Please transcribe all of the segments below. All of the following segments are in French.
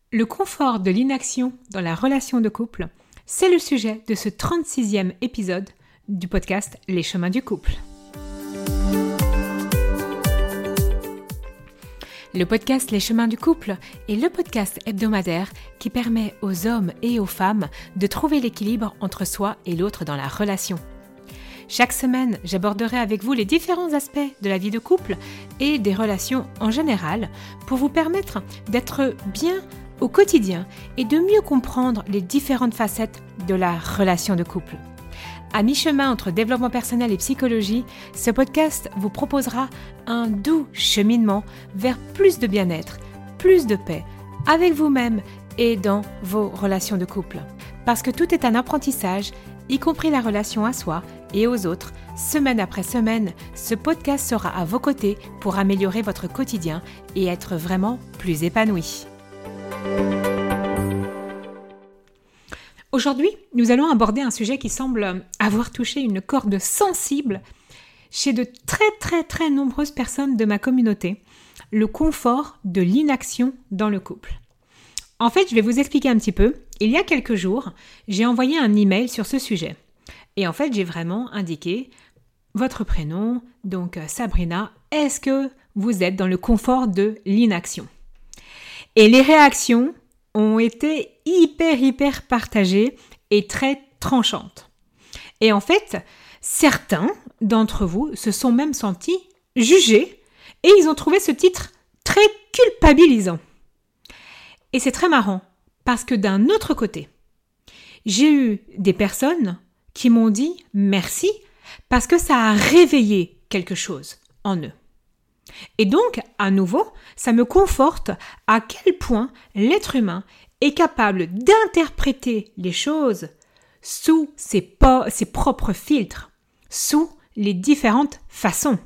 Le confort de l'inaction dans la relation de couple, c'est le sujet de ce 36e épisode du podcast Les chemins du couple. Le podcast Les chemins du couple est le podcast hebdomadaire qui permet aux hommes et aux femmes de trouver l'équilibre entre soi et l'autre dans la relation. Chaque semaine, j'aborderai avec vous les différents aspects de la vie de couple et des relations en général pour vous permettre d'être bien au quotidien et de mieux comprendre les différentes facettes de la relation de couple. À mi-chemin entre développement personnel et psychologie, ce podcast vous proposera un doux cheminement vers plus de bien-être, plus de paix, avec vous-même et dans vos relations de couple. Parce que tout est un apprentissage, y compris la relation à soi et aux autres, semaine après semaine, ce podcast sera à vos côtés pour améliorer votre quotidien et être vraiment plus épanoui. Aujourd'hui, nous allons aborder un sujet qui semble avoir touché une corde sensible chez de très nombreuses personnes de ma communauté, le confort de l'inaction dans le couple. En fait, je vais vous expliquer un petit peu. Il y a quelques jours, j'ai envoyé un email sur ce sujet. Et en fait, j'ai vraiment indiqué votre prénom, donc Sabrina, est-ce que vous êtes dans le confort de l'inaction ? Et les réactions ont été hyper partagées et très tranchantes. Et en fait, certains d'entre vous se sont même sentis jugés et ils ont trouvé ce titre très culpabilisant. Et c'est très marrant parce que d'un autre côté, j'ai eu des personnes qui m'ont dit merci parce que ça a réveillé quelque chose en eux. Et donc, à nouveau, ça me conforte à quel point l'être humain est capable d'interpréter les choses sous ses propres filtres, sous les différentes façons.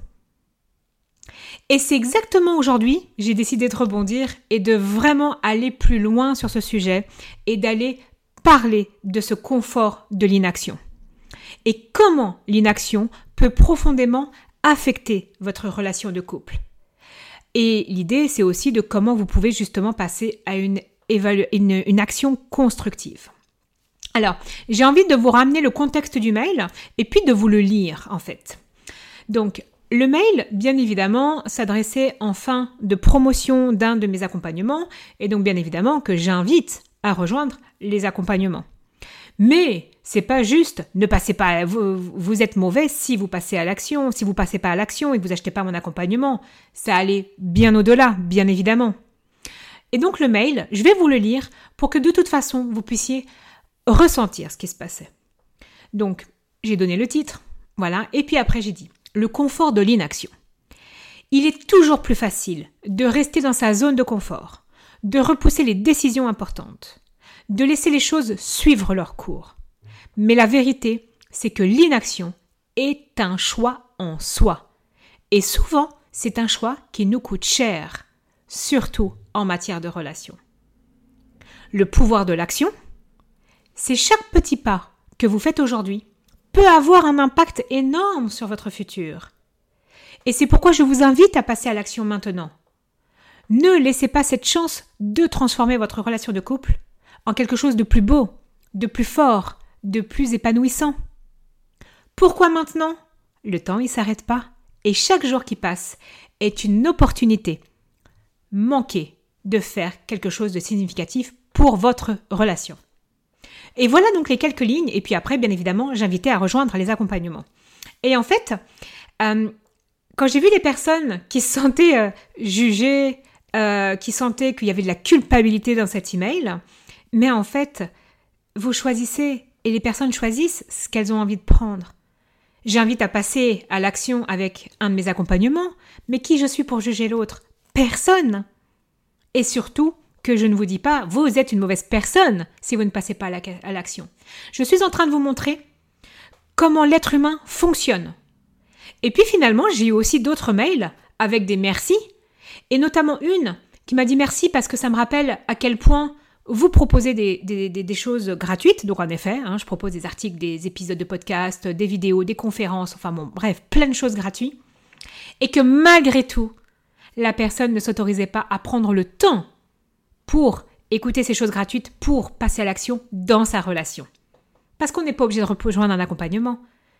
Et c'est exactement aujourd'hui, j'ai décidé de rebondir et de vraiment aller plus loin sur ce sujet et d'aller parler de ce confort de l'inaction. Et comment l'inaction peut profondément affecter votre relation de couple. Et l'idée, c'est aussi de comment vous pouvez justement passer à une action constructive. Alors, j'ai envie de vous ramener le contexte du mail et puis de vous le lire en fait. Donc, le mail, bien évidemment, s'adressait en fin de promotion d'un de mes accompagnements et donc bien évidemment que j'invite à rejoindre les accompagnements. Mais c'est pas juste, ne passez pas, vous êtes mauvais si vous passez à l'action, si vous passez pas à l'action et que vous achetez pas mon accompagnement. Ça allait bien au-delà, bien évidemment. Et donc le mail, je vais vous le lire pour que de toute façon, vous puissiez ressentir ce qui se passait. Donc, j'ai donné le titre, voilà, et puis après j'ai dit, le confort de l'inaction. Il est toujours plus facile de rester dans sa zone de confort, de repousser les décisions importantes, de laisser les choses suivre leur cours. Mais la vérité, c'est que l'inaction est un choix en soi. Et souvent, c'est un choix qui nous coûte cher, surtout en matière de relations. Le pouvoir de l'action, c'est chaque petit pas que vous faites aujourd'hui peut avoir un impact énorme sur votre futur. Et c'est pourquoi je vous invite à passer à l'action maintenant. Ne laissez pas cette chance de transformer votre relation de couple en quelque chose de plus beau, de plus fort, de plus épanouissant. Pourquoi maintenant ? Le temps, il ne s'arrête pas. Et chaque jour qui passe est une opportunité manquée de faire quelque chose de significatif pour votre relation. Et voilà donc les quelques lignes. Et puis après, bien évidemment, j'invitais à rejoindre les accompagnements. Et en fait, quand j'ai vu les personnes qui se sentaient jugées, qui sentaient qu'il y avait de la culpabilité dans cet email, mais en fait, vous choisissez et les personnes choisissent ce qu'elles ont envie de prendre. J'invite à passer à l'action avec un de mes accompagnements, mais qui je suis pour juger l'autre ? Personne. Et surtout, que je ne vous dis pas, vous êtes une mauvaise personne si vous ne passez pas à l'action. Je suis en train de vous montrer comment l'être humain fonctionne. Et puis finalement, j'ai eu aussi d'autres mails avec des merci, et notamment une qui m'a dit merci parce que ça me rappelle à quel point vous proposez des choses gratuites. Donc en effet, je propose des articles, des épisodes de podcast, des vidéos, des conférences, enfin bon, bref, plein de choses gratuites. Et que malgré tout, la personne ne s'autorisait pas à prendre le temps pour écouter ces choses gratuites pour passer à l'action dans sa relation. Parce qu'on n'est pas obligé de rejoindre un accompagnement.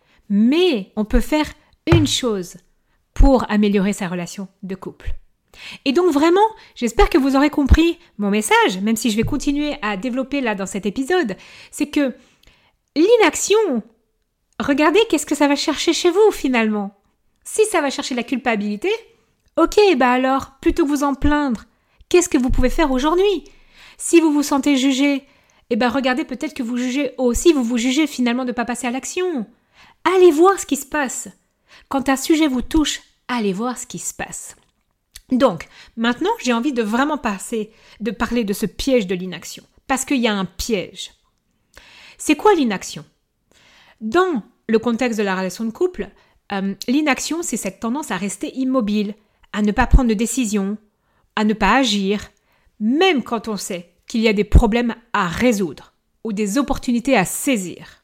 Mais on peut faire une chose pour améliorer sa relation de couple. Et donc vraiment, j'espère que vous aurez compris mon message, même si je vais continuer à développer là dans cet épisode, c'est que l'inaction, regardez qu'est-ce que ça va chercher chez vous finalement. Si ça va chercher la culpabilité, ok, alors, plutôt que vous en plaindre, qu'est-ce que vous pouvez faire aujourd'hui? Si vous vous sentez jugé, regardez peut-être que vous vous jugez finalement de ne pas passer à l'action. Allez voir ce qui se passe. Quand un sujet vous touche, allez voir ce qui se passe. Donc, maintenant, j'ai envie de vraiment parler de ce piège de l'inaction. Parce qu'il y a un piège. C'est quoi l'inaction? Dans le contexte de la relation de couple, l'inaction, c'est cette tendance à rester immobile, à ne pas prendre de décision, à ne pas agir, même quand on sait qu'il y a des problèmes à résoudre ou des opportunités à saisir.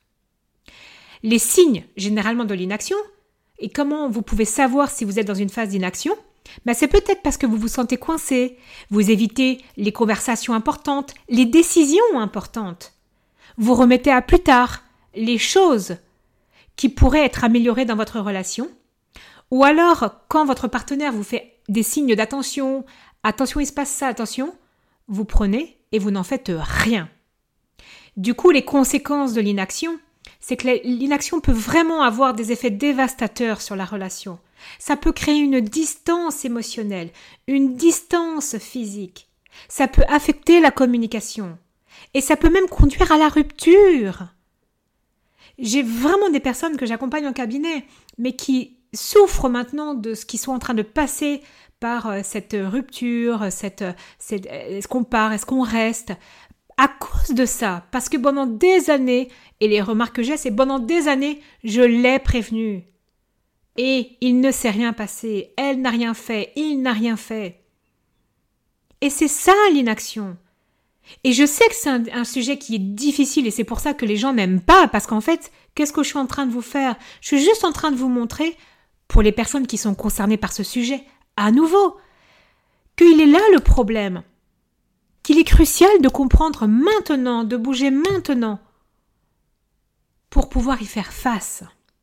Les signes, généralement, de l'inaction, et comment vous pouvez savoir si vous êtes dans une phase d'inaction, c'est peut-être parce que vous vous sentez coincé, vous évitez les conversations importantes, les décisions importantes. Vous remettez à plus tard les choses qui pourraient être améliorées dans votre relation. Ou alors, quand votre partenaire vous fait des signes d'attention, attention, il se passe ça, attention, vous prenez et vous n'en faites rien. Du coup, les conséquences de l'inaction, c'est que l'inaction peut vraiment avoir des effets dévastateurs sur la relation. Ça peut créer une distance émotionnelle, une distance physique. Ça peut affecter la communication. Et ça peut même conduire à la rupture. J'ai vraiment des personnes que j'accompagne en cabinet, mais qui souffrent maintenant de ce qu'ils sont en train de passer par cette rupture, est-ce qu'on part, est-ce qu'on reste, à cause de ça. Parce que pendant des années, et les remarques que j'ai, c'est pendant des années, je l'ai prévenu. Et il ne s'est rien passé, elle n'a rien fait, il n'a rien fait. Et c'est ça l'inaction. Et je sais que c'est un sujet qui est difficile et c'est pour ça que les gens n'aiment pas, parce qu'en fait, qu'est-ce que je suis en train de vous faire? Je suis juste en train de vous montrer, pour les personnes qui sont concernées par ce sujet, à nouveau, qu'il est là le problème, qu'il est crucial de comprendre maintenant, de bouger maintenant, pour pouvoir y faire face.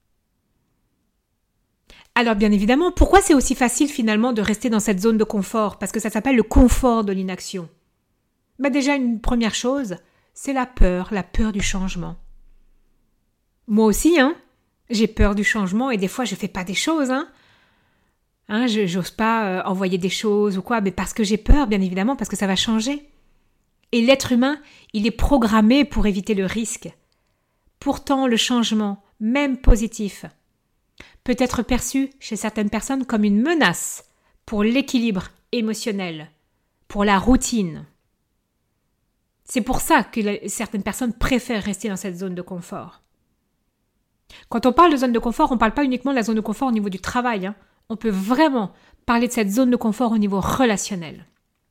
Alors bien évidemment, pourquoi c'est aussi facile finalement de rester dans cette zone de confort? Parce que ça s'appelle le confort de l'inaction. Déjà une première chose, c'est la peur du changement. Moi aussi, j'ai peur du changement et des fois je fais pas des choses. J'ose pas envoyer des choses ou quoi, mais parce que j'ai peur, bien évidemment, parce que ça va changer. Et l'être humain, il est programmé pour éviter le risque. Pourtant, le changement, même positif, peut être perçu chez certaines personnes comme une menace pour l'équilibre émotionnel, pour la routine. C'est pour ça que certaines personnes préfèrent rester dans cette zone de confort. Quand on parle de zone de confort, on ne parle pas uniquement de la zone de confort au niveau du travail. On peut vraiment parler de cette zone de confort au niveau relationnel.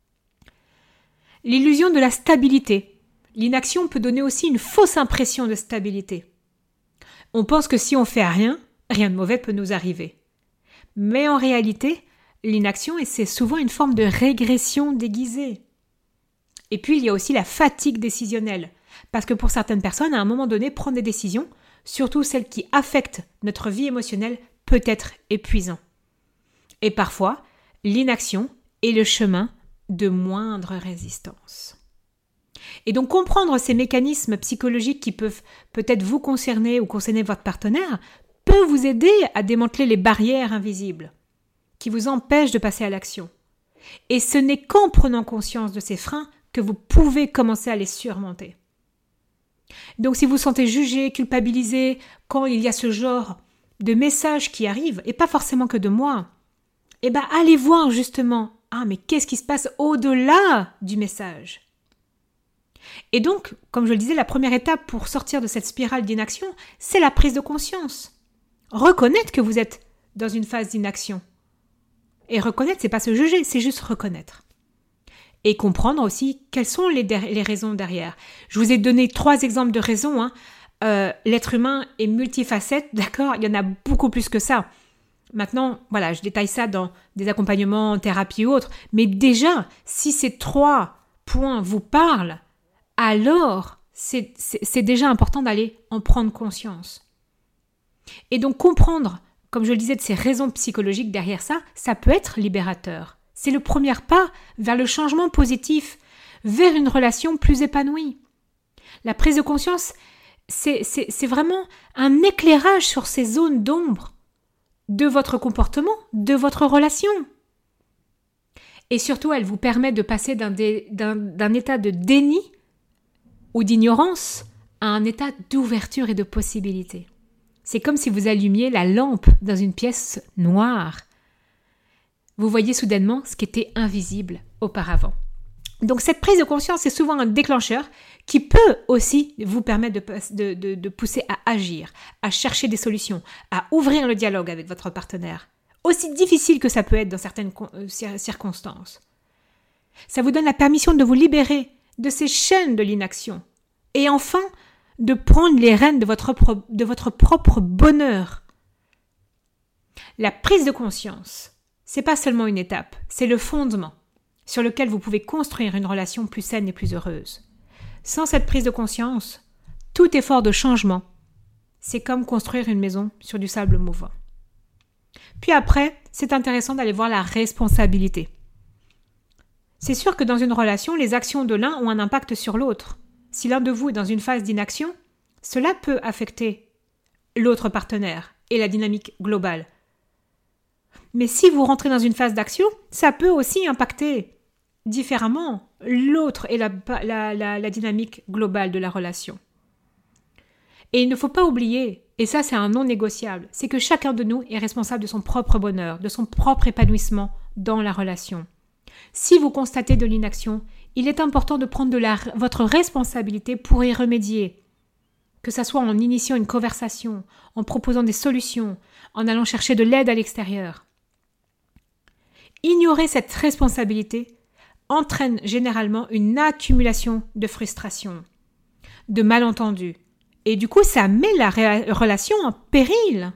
L'illusion de la stabilité. L'inaction peut donner aussi une fausse impression de stabilité. On pense que si on fait rien de mauvais peut nous arriver. Mais en réalité, l'inaction, c'est souvent une forme de régression déguisée. Et puis, il y a aussi la fatigue décisionnelle. Parce que pour certaines personnes, à un moment donné, prendre des décisions, surtout celles qui affectent notre vie émotionnelle, peut être épuisant. Et parfois, l'inaction est le chemin de moindre résistance. Et donc, comprendre ces mécanismes psychologiques qui peuvent peut-être vous concerner ou concerner votre partenaire peut vous aider à démanteler les barrières invisibles qui vous empêchent de passer à l'action. Et ce n'est qu'en prenant conscience de ces freins que vous pouvez commencer à les surmonter. Donc si vous sentez jugé, culpabilisé, quand il y a ce genre de messages qui arrivent, et pas forcément que de moi, allez voir justement, mais qu'est-ce qui se passe au-delà du message? Et donc, comme je le disais, la première étape pour sortir de cette spirale d'inaction, c'est la prise de conscience. Reconnaître que vous êtes dans une phase d'inaction. Et reconnaître, c'est pas se juger, c'est juste reconnaître. Et comprendre aussi quelles sont les raisons derrière. Je vous ai donné 3 exemples de raisons. L'être humain est multifacette, d'accord? Il y en a beaucoup plus que ça. Maintenant, je détaille ça dans des accompagnements en thérapie ou autres. Mais déjà, si ces 3 point vous parle, alors c'est déjà important d'aller en prendre conscience. Et donc comprendre, comme je le disais, de ces raisons psychologiques derrière ça, ça peut être libérateur. C'est le premier pas vers le changement positif, vers une relation plus épanouie. La prise de conscience, c'est vraiment un éclairage sur ces zones d'ombre de votre comportement, de votre relation. Et surtout, elle vous permet de passer d'un état de déni ou d'ignorance à un état d'ouverture et de possibilité. C'est comme si vous allumiez la lampe dans une pièce noire. Vous voyez soudainement ce qui était invisible auparavant. Donc cette prise de conscience est souvent un déclencheur qui peut aussi vous permettre de pousser à agir, à chercher des solutions, à ouvrir le dialogue avec votre partenaire, aussi difficile que ça peut être dans certaines circonstances. Ça vous donne la permission de vous libérer de ces chaînes de l'inaction et enfin de prendre les rênes de votre propre bonheur. La prise de conscience, c'est pas seulement une étape, c'est le fondement sur lequel vous pouvez construire une relation plus saine et plus heureuse. Sans cette prise de conscience, tout effort de changement, c'est comme construire une maison sur du sable mouvant. Puis après, c'est intéressant d'aller voir la responsabilité. C'est sûr que dans une relation, les actions de l'un ont un impact sur l'autre. Si l'un de vous est dans une phase d'inaction, cela peut affecter l'autre partenaire et la dynamique globale. Mais si vous rentrez dans une phase d'action, ça peut aussi impacter différemment l'autre et la dynamique globale de la relation. Et il ne faut pas oublier, et ça c'est un non négociable, c'est que chacun de nous est responsable de son propre bonheur, de son propre épanouissement dans la relation. Si vous constatez de l'inaction, il est important de prendre votre responsabilité pour y remédier. Que ça soit en initiant une conversation, en proposant des solutions, en allant chercher de l'aide à l'extérieur. Ignorer cette responsabilité entraîne généralement une accumulation de frustration, de malentendus. Et du coup, ça met la relation en péril.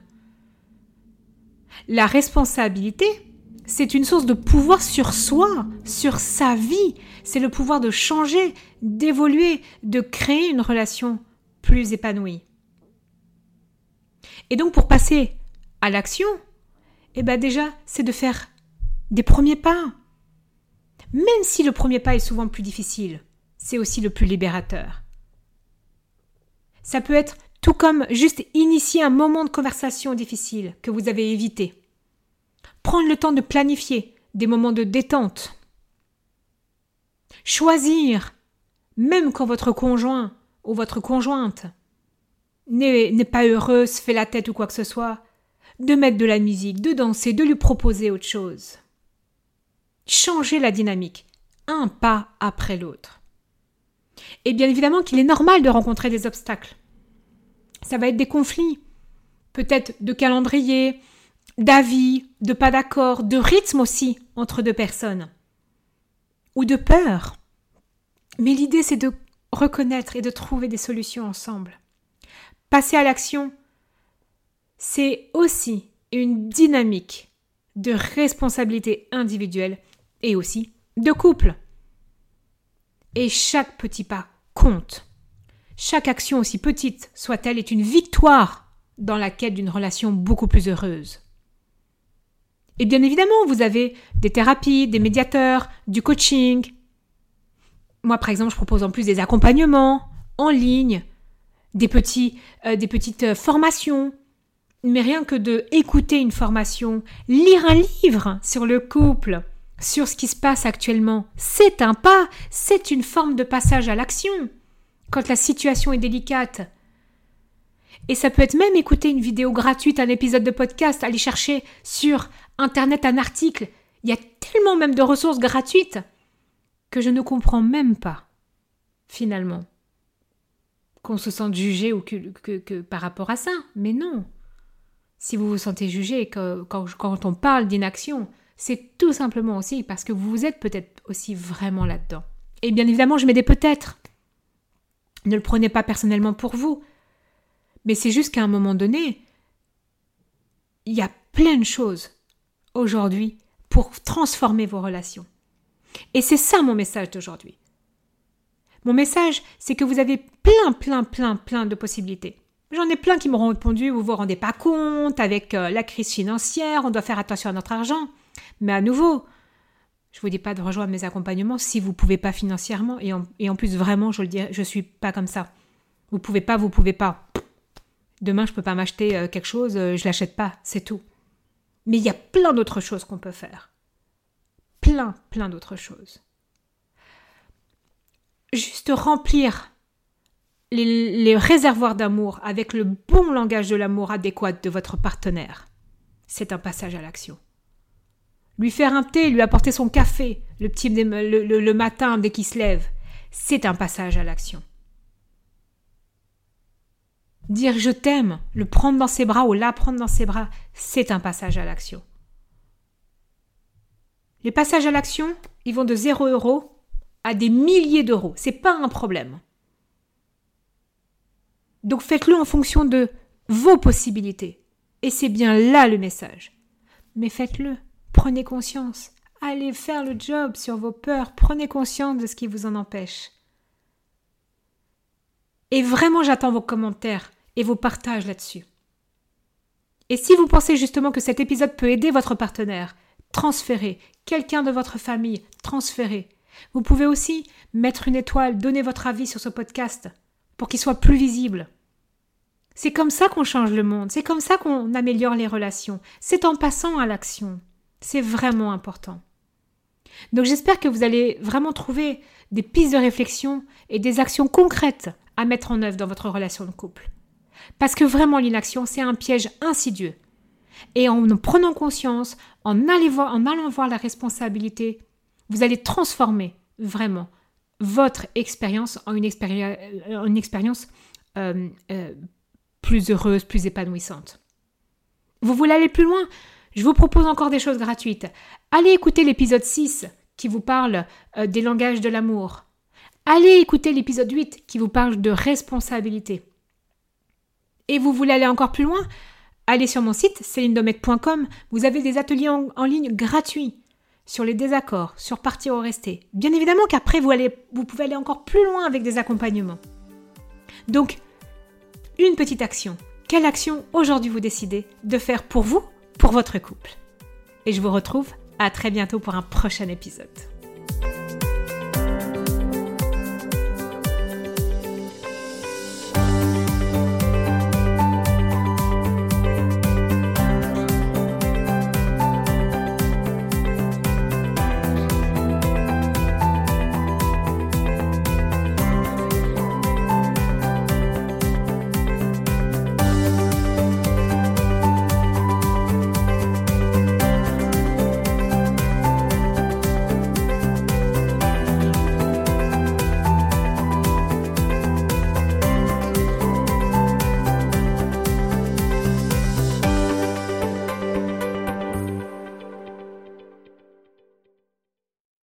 La responsabilité, c'est une source de pouvoir sur soi, sur sa vie. C'est le pouvoir de changer, d'évoluer, de créer une relation plus épanouie. Et donc, pour passer à l'action, déjà, c'est de faire des premiers pas. Même si le premier pas est souvent plus difficile, c'est aussi le plus libérateur. Ça peut être tout comme juste initier un moment de conversation difficile que vous avez évité. Prendre le temps de planifier des moments de détente. Choisir, même quand votre conjoint ou votre conjointe n'est pas heureuse, fait la tête ou quoi que ce soit, de mettre de la musique, de danser, de lui proposer autre chose. Changer la dynamique, un pas après l'autre. Et bien évidemment qu'il est normal de rencontrer des obstacles. Ça va être des conflits, peut-être de calendrier, d'avis, de pas d'accord, de rythme aussi entre deux personnes, ou de peur. Mais l'idée, c'est de reconnaître et de trouver des solutions ensemble. Passer à l'action, c'est aussi une dynamique de responsabilité individuelle et aussi de couple. Et chaque petit pas compte. Chaque action, aussi petite soit-elle, est une victoire dans la quête d'une relation beaucoup plus heureuse. Et bien évidemment, vous avez des thérapies, des médiateurs, du coaching. Moi, par exemple, je propose en plus des accompagnements en ligne, des petites formations. Mais rien que de écouter une formation, lire un livre sur le couple, sur ce qui se passe actuellement, c'est un pas, c'est une forme de passage à l'action quand la situation est délicate. Et ça peut être même écouter une vidéo gratuite, un épisode de podcast, aller chercher sur Internet un article. Il y a tellement même de ressources gratuites que je ne comprends même pas, finalement, qu'on se sente jugé ou que par rapport à ça. Mais non. Si vous vous sentez jugé quand on parle d'inaction, c'est tout simplement aussi parce que vous êtes peut-être aussi vraiment là-dedans. Et bien évidemment, je mets des peut-être. Ne le prenez pas personnellement pour vous. Mais c'est juste qu'à un moment donné, il y a plein de choses aujourd'hui pour transformer vos relations. Et c'est ça mon message d'aujourd'hui. Mon message, c'est que vous avez plein de possibilités. J'en ai plein qui m'auront répondu, vous vous rendez pas compte, avec la crise financière, on doit faire attention à notre argent. Mais à nouveau, je vous dis pas de rejoindre mes accompagnements si vous pouvez pas financièrement. Et en plus, vraiment, je le dis, je suis pas comme ça. Vous pouvez pas. Demain, je peux pas m'acheter quelque chose, je l'achète pas, c'est tout. Mais il y a plein d'autres choses qu'on peut faire. Plein d'autres choses. Juste remplir les réservoirs d'amour avec le bon langage de l'amour adéquat de votre partenaire. C'est un passage à l'action. Lui faire un thé, lui apporter son café le matin dès qu'il se lève, c'est un passage à l'action. Dire je t'aime, le prendre dans ses bras ou la prendre dans ses bras, c'est un passage à l'action. Les passages à l'action, ils vont de 0 € à des milliers d'euros. C'est pas un problème. Donc faites-le en fonction de vos possibilités. Et c'est bien là le message. Mais faites-le. Prenez conscience. Allez faire le job sur vos peurs. Prenez conscience de ce qui vous en empêche. Et vraiment, j'attends vos commentaires et vos partages là-dessus. Et si vous pensez justement que cet épisode peut aider votre partenaire, transférez. Quelqu'un de votre famille, transférez. Vous pouvez aussi mettre une étoile, donner votre avis sur ce podcast pour qu'il soit plus visible. C'est comme ça qu'on change le monde, c'est comme ça qu'on améliore les relations. C'est en passant à l'action. C'est vraiment important. Donc j'espère que vous allez vraiment trouver des pistes de réflexion et des actions concrètes à mettre en œuvre dans votre relation de couple. Parce que vraiment l'inaction, c'est un piège insidieux. Et en prenant conscience, en allant voir la responsabilité, vous allez transformer vraiment votre expérience en une expérience plus heureuse, plus épanouissante. Vous voulez aller plus loin ? Je vous propose encore des choses gratuites. Allez écouter l'épisode 6 qui vous parle des langages de l'amour. Allez écouter l'épisode 8 qui vous parle de responsabilité. Et vous voulez aller encore plus loin ? Allez sur mon site celinedomecq.com, vous avez des ateliers en ligne gratuits sur les désaccords, sur partir ou rester. Bien évidemment qu'après, vous pouvez aller encore plus loin avec des accompagnements. Donc, une petite action. Quelle action aujourd'hui vous décidez de faire pour vous, pour votre couple ? Et je vous retrouve à très bientôt pour un prochain épisode.